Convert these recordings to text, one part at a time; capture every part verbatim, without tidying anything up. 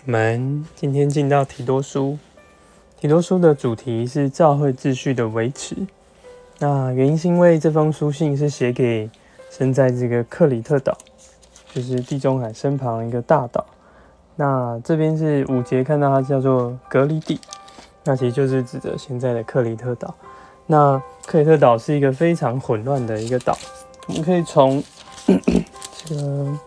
我们今天进到提多书，提多书的主题是教会秩序的维持。那原因是因为这封书信是写给身在这个克里特岛，就是地中海身旁一个大岛。那这边是五节看到它叫做格里底，那其实就是指着现在的克里特岛。那克里特岛是一个非常混乱的一个岛，我们可以从这个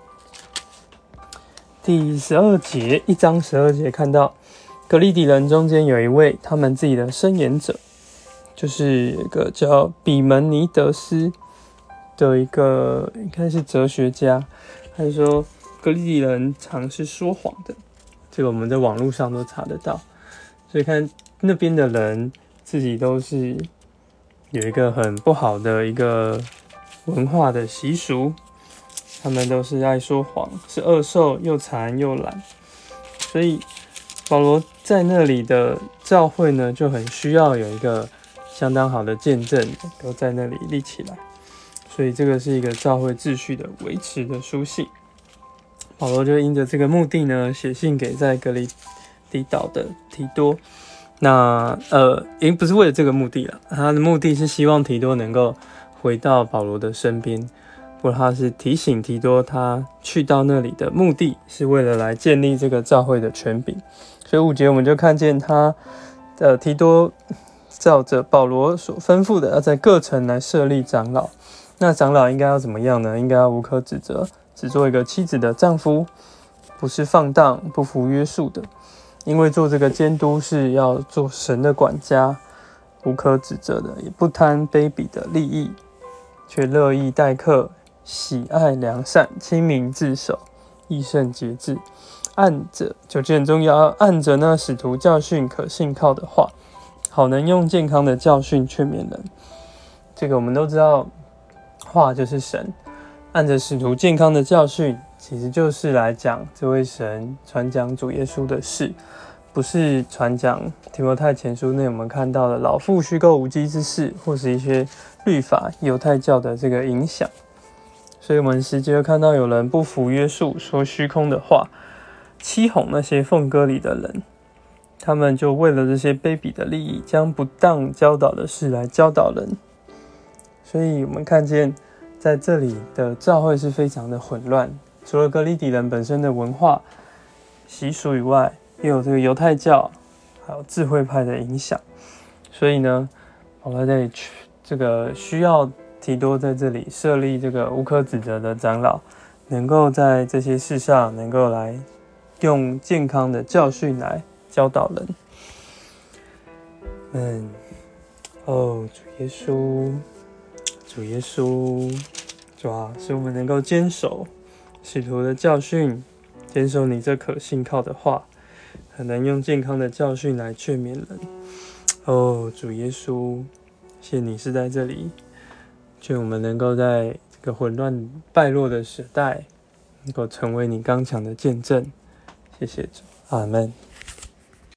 第十二节一章十二节看到，格里底人中间有一位他们自己的申言者，就是一个叫比门尼德斯的一个应该是哲学家，他就说格里底人常是说谎的，这个我们在网络上都查得到。所以看那边的人自己都是有一个很不好的一个文化的习俗，他们都是爱说谎，是恶兽，又馋又懒。所以保罗在那里的教会呢，就很需要有一个相当好的见证，能够在那里立起来。所以这个是一个教会秩序的维持的书信。保罗就因着这个目的呢，写信给在格里底岛的提多。那呃，也不是为了这个目的啦，他的目的是希望提多能够回到保罗的身边。不过他是提醒提多，他去到那里的目的是为了来建立这个教会的权柄。所以五节我们就看见他的提多照着保罗所吩咐的，要在各城来设立长老。那长老应该要怎么样呢？应该要无可指责，只做一个妻子的丈夫，不是放荡、不服约束的。因为做这个监督是要做神的管家，无可指责的，也不贪卑鄙的利益，却乐意待客，喜爱良善，亲民自守，义胜节制。按着九节很重要，按着那使徒教训可信靠的话，好能用健康的教训劝勉人。这个我们都知道，话就是神，按着使徒健康的教训，其实就是来讲这位神传讲主耶稣的事，不是传讲提摩太前书内我们看到的老妇虚构无稽之事，或是一些律法犹太教的这个影响。所以我们实际就看到有人不服约束，说虚空的话，欺哄那些奉割礼的人，他们就为了这些卑鄙的利益，将不当教导的事来教导人。所以我们看见在这里的教会是非常的混乱，除了格里底人本身的文化习俗以外，也有这个犹太教还有智慧派的影响。所以呢，保罗在这个需要提多在这里设立这个无可指责的长老，能够在这些事上能够来用健康的教训来教导人。嗯，哦，主耶稣，主耶稣，主啊，使我们能够坚守使徒的教训，坚守你这可信靠的话，很能用健康的教训来劝勉人。哦，主耶稣，谢谢你是在这里，愿我们能够在这个混乱败落的时代，能够成为你刚强的见证。谢谢主，阿们。